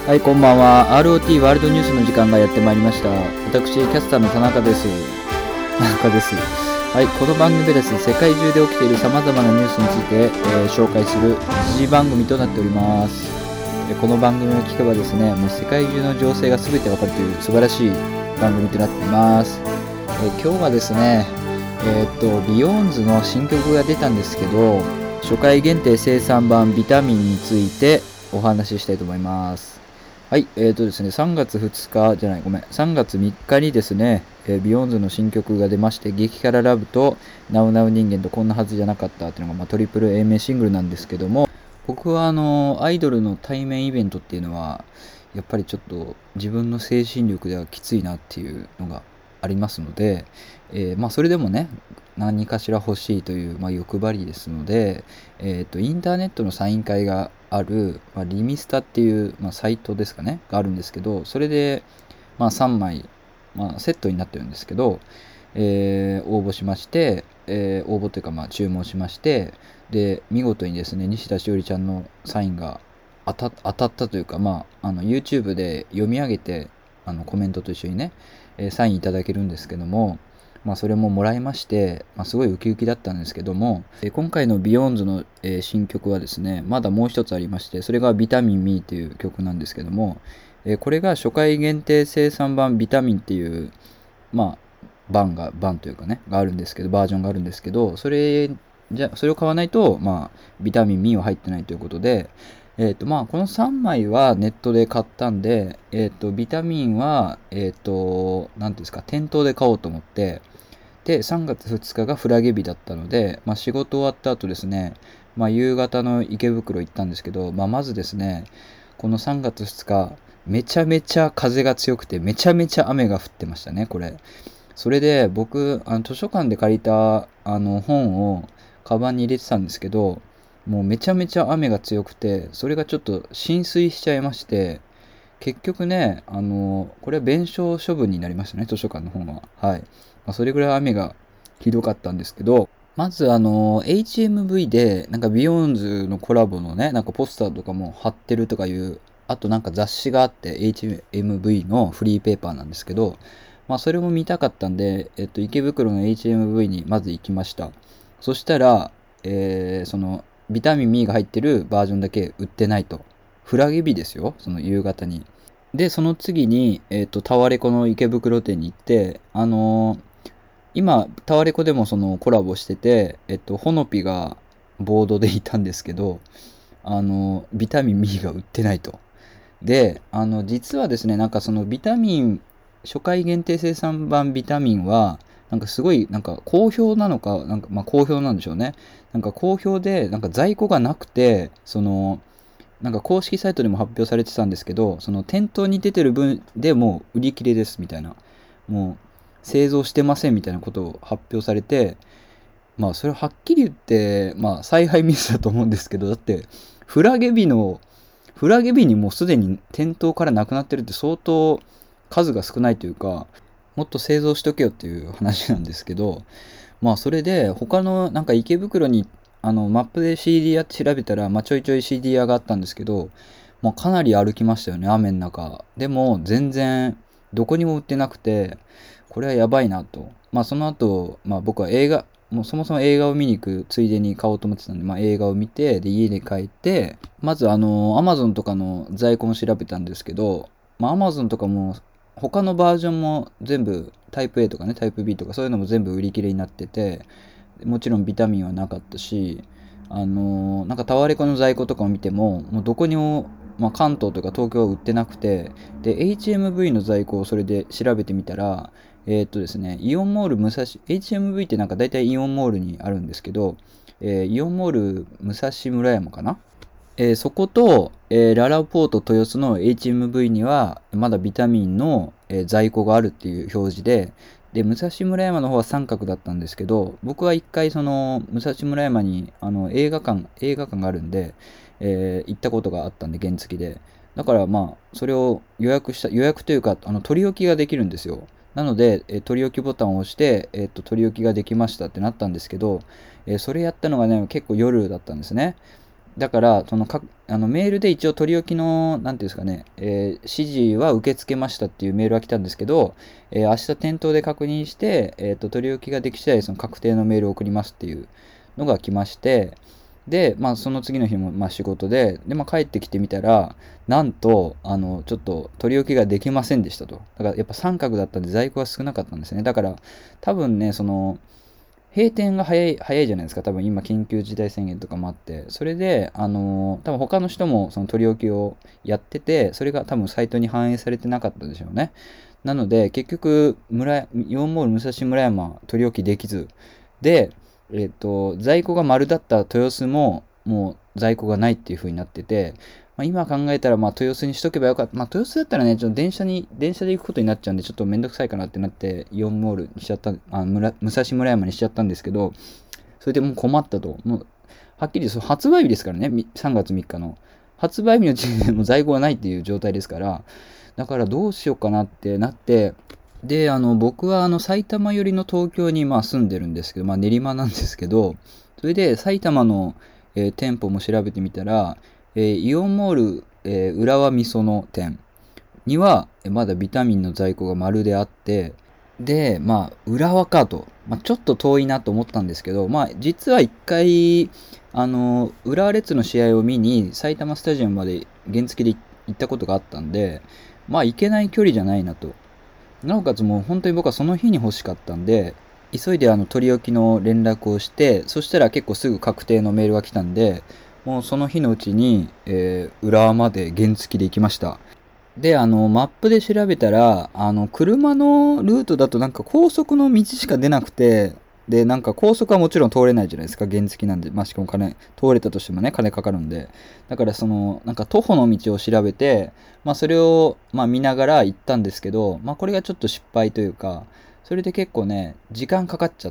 はい、こんばんは。ROT ワールドニュースの時間がやってまいりました。私、キャスターの田中です。はい、この番組でですね、世界中で起きている様々なニュースについて、紹介する時事番組となっております。この番組を聞けばですね、もう世界中の情勢が全てわかるという素晴らしい番組となっています。今日はですね、ビヨーンズの新曲が出たんですけど、初回限定生産版ビタミンについてお話ししたいと思います。はい、ですね、3月2日じゃない、ごめん、3月3日にですね、ビヨーンズの新曲が出まして、激辛ラブとナウナウ人間とこんなはずじゃなかったっていうのが、トリプル A 名シングルなんですけども、僕はアイドルの対面イベントっていうのは、やっぱりちょっと自分の精神力ではきついなっていうのがありますので、それでもね、何かしら欲しいという、欲張りですので、インターネットのサイン会がある、リミスタっていう、サイトですかね、があるんですけど、それで、3枚、セットになってるんですけど、応募しまして、応募というか、注文しまして、で、見事にですね、西田しおりちゃんのサインが当たったというか、YouTube で読み上げて、コメントと一緒にね、サインいただけるんですけども、それももらいまして、すごいウキウキだったんですけども、今回のビヨーンズの、新曲はですね、まだもう一つありまして、それがビタミンミーという曲なんですけども、これが初回限定生産版ビタミンっていう、版というかね、があるんですけど、バージョンがあるんですけど、それを買わないと、ビタミンミーは入ってないということで、この3枚はネットで買ったんで、ビタミンは、なんていうんですか、店頭で買おうと思って、で、3月2日がフラゲ日だったので、仕事終わった後ですね、夕方の池袋行ったんですけど、まずですね、この3月2日、めちゃめちゃ風が強くて、めちゃめちゃ雨が降ってましたね、これ。それで、僕、図書館で借りた、本を、カバンに入れてたんですけど、もうめちゃめちゃ雨が強くて、それがちょっと浸水しちゃいまして、結局ね、これは弁償処分になりましたね、図書館の本は。はい。それぐらい雨がひどかったんですけど、まずHMV で、なんかビヨーンズのコラボのね、なんかポスターとかも貼ってるとかいう、あとなんか雑誌があって、HMV のフリーペーパーなんですけど、それも見たかったんで、池袋の HMV にまず行きました。そしたら、その、ビタミン E が入ってるバージョンだけ売ってないと。フラゲ日ですよ、その夕方に。で、その次に、タワレコの池袋店に行って、今、タワレコでもそのコラボしてて、ほのぴがボードでいたんですけど、ビタミン E が売ってないと。で、実はですね、なんかそのビタミン、初回限定生産版ビタミンは、なんかすごい、なんか好評なのか、なんか好評なんでしょうね。なんか好評で、なんか在庫がなくて、なんか公式サイトでも発表されてたんですけど、その店頭に出てる分でもう売り切れですみたいな、もう製造してませんみたいなことを発表されて、それはっきり言って、采配ミスだと思うんですけど、だってフラゲ日の、フラゲ日にもうすでに店頭からなくなってるって相当数が少ないというか、もっと製造しとけよっていう話なんですけど、それで他のなんか池袋にマップで CD 屋って調べたら、ちょいちょい CD 屋があったんですけど、かなり歩きましたよね、雨の中。でも全然どこにも売ってなくて、これはやばいなと。その後、僕は映画、もうそもそも映画を見に行くついでに買おうと思ってたんで、映画を見て、で、家に帰って、まずAmazon とかの在庫も調べたんですけど、Amazon とかも他のバージョンも全部タイプ A とかね、タイプ B とかそういうのも全部売り切れになってて、もちろんビタミンはなかったし、なんかタワレコの在庫とかを見ても、もうどこにも、関東とか東京は売ってなくて、で、HMV の在庫をそれで調べてみたら、ですね、イオンモール武蔵、HMV ってなんか大体イオンモールにあるんですけど、イオンモール武蔵村山かな、そこと、ララポート豊洲の HMV にはまだビタミンの、在庫があるっていう表示で、で、武蔵村山の方は三角だったんですけど、僕は一回その武蔵村山に映画館があるんで、行ったことがあったんで、原付で。だからそれを予約というか、取り置きができるんですよ。なので、取り置きボタンを押して、取り置きができましたってなったんですけど、それやったのがね、結構夜だったんですね。 だから、メールで一応取り置きの、なんていうんですかね、指示は受け付けましたっていうメールが来たんですけど、明日店頭で確認して、取り置きができ次第、その確定のメールを送りますっていうのが来まして、で、まあ、その次の日も、まあ、仕事で、まあ、帰ってきてみたら、なんと、ちょっと取り置きができませんでしたと。だから、やっぱ三角だったんで在庫が少なかったんですね。だから、多分ね、閉店が早いじゃないですか。多分今緊急事態宣言とかもあって。それで、多分他の人もその取り置きをやってて、それが多分サイトに反映されてなかったでしょうね。なので、結局、イオンモール武蔵村山取り置きできず、で、在庫が丸だった豊洲も、もう在庫がないっていう風になってて、まあ、今考えたら、まあ、豊洲にしとけばよかった。まあ、豊洲だったらね、ちょっと電車で行くことになっちゃうんで、ちょっとめんどくさいかなってなって、イオンモールにしちゃった、武蔵村山にしちゃったんですけど、それでもう困ったと。もう、はっきり発売日ですからね、3月3日の。発売日の時点でも在庫がないっていう状態ですから、だからどうしようかなってなって、で、僕は埼玉寄りの東京にまあ住んでるんですけど、まあ練馬なんですけど、それで埼玉の、店舗も調べてみたら、イオンモール、浦和美園店には、まだビタミンの在庫が丸であって、で、まあ、浦和かと。まあ、ちょっと遠いなと思ったんですけど、まあ、実は一回、浦和レッズの試合を見に、埼玉スタジアムまで原付で行ったことがあったんで、まあ、行けない距離じゃないなと。なおかつもう本当に僕はその日に欲しかったんで、急いで取り置きの連絡をして、そしたら結構すぐ確定のメールが来たんで、もうその日のうちに、浦和まで原付で行きました。で、マップで調べたら、車のルートだとなんか高速の道しか出なくて、で、なんか高速はもちろん通れないじゃないですか、原付なんで。まあ、しかも通れたとしてもね、金かかるんで。だからなんか徒歩の道を調べて、まあ、それを、まあ、見ながら行ったんですけど、まあ、これがちょっと失敗というか、それで結構ね、時間かかっちゃって、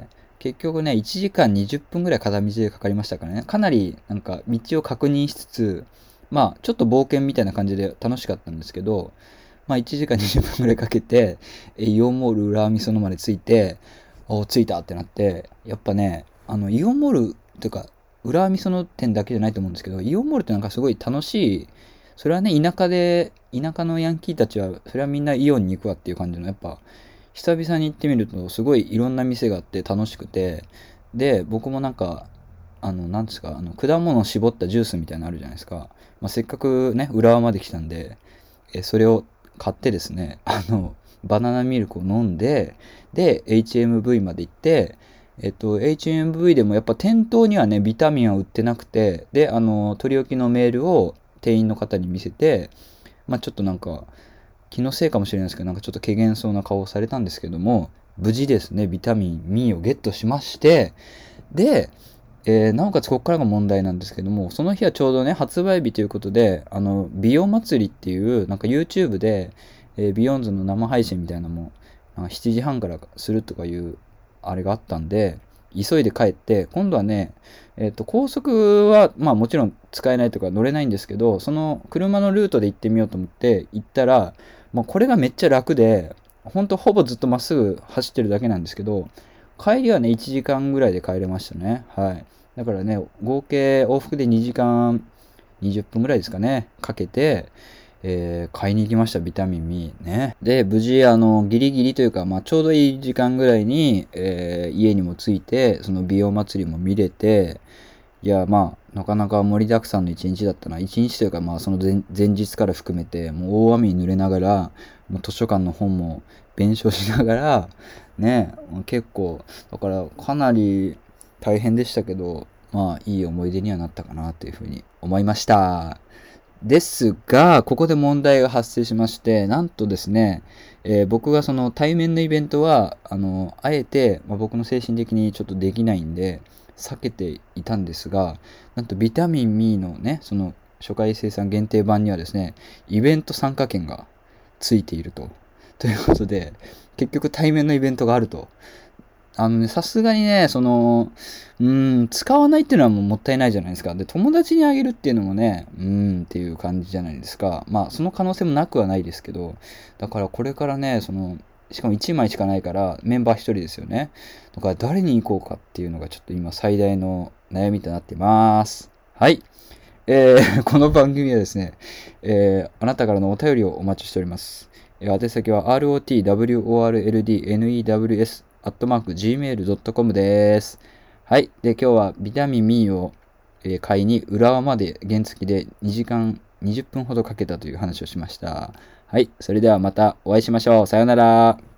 結局ね、1時間20分ぐらい片道でかかりましたからね。かなり、なんか、道を確認しつつ、まあ、ちょっと冒険みたいな感じで楽しかったんですけど、まあ、1時間20分ぐらいかけて、イオンモール浦和美園まで着いて、着いたってなって、やっぱね、イオンモールというか、浦和美園店だけじゃないと思うんですけど、イオンモールってなんかすごい楽しい、それはね、田舎のヤンキーたちは、それはみんなイオンに行くわっていう感じの、やっぱ、久々に行ってみると、すごいいろんな店があって楽しくて、で、僕もなんか、なんですか、果物を絞ったジュースみたいなのあるじゃないですか。まあ、せっかくね、浦和まで来たんで、それを買ってですね、バナナミルクを飲んで、で、HMV まで行って、HMV でもやっぱ店頭にはね、ビタミンは売ってなくて、で、取り置きのメールを店員の方に見せて、まあちょっとなんか、気のせいかもしれないですけど、なんかちょっと怪げそうな顔をされたんですけども、無事ですね、ビタミンミーをゲットしまして、で、なおかつここからが問題なんですけども、その日はちょうどね、発売日ということで、美容祭りっていう、なんか YouTube で、ビヨンズの生配信みたいなのも、7時半からするとかいう、あれがあったんで、急いで帰って、今度はね、高速は、まあもちろん使えないとか乗れないんですけど、その車のルートで行ってみようと思って行ったら、まあこれがめっちゃ楽で、ほんとほぼずっとまっすぐ走ってるだけなんですけど、帰りはね、1時間ぐらいで帰れましたね。はい。だからね、合計往復で2時間20分ぐらいですかね、かけて、買いに行きました、ビタミン B ね。で、無事、ギリギリというか、まあ、ちょうどいい時間ぐらいに、家にも着いて、その美容祭りも見れて、いや、まあ、なかなか盛りだくさんの一日だったな。一日というか、まあ、その前日から含めて、もう大雨に濡れながら、もう図書館の本も弁償しながら、ね、結構、だからかなり大変でしたけど、まあ、いい思い出にはなったかなというふうに思いました。ですが、ここで問題が発生しまして、なんとですね、僕がその対面のイベントは、あえて、まあ、僕の精神的にちょっとできないんで、避けていたんですが、なんとビタミン B のね、その初回生産限定版にはですね、イベント参加券がついていると。ということで、結局対面のイベントがあると。さすがにね、使わないっていうのはもうもったいないじゃないですか。で、友達にあげるっていうのもね、っていう感じじゃないですか。まあ、その可能性もなくはないですけど、だからこれからね、しかも1枚しかないから、メンバー1人ですよね。だから誰に行こうかっていうのがちょっと今最大の悩みとなってます。 はい。この番組はですね、あなたからのお便りをお待ちしております。宛先は rotworldnews@gmail.com です。はい。で、今日はビタミン B を、買いに浦和まで原付で2時間20分ほどかけたという話をしました。はい。それではまたお会いしましょう。さようなら。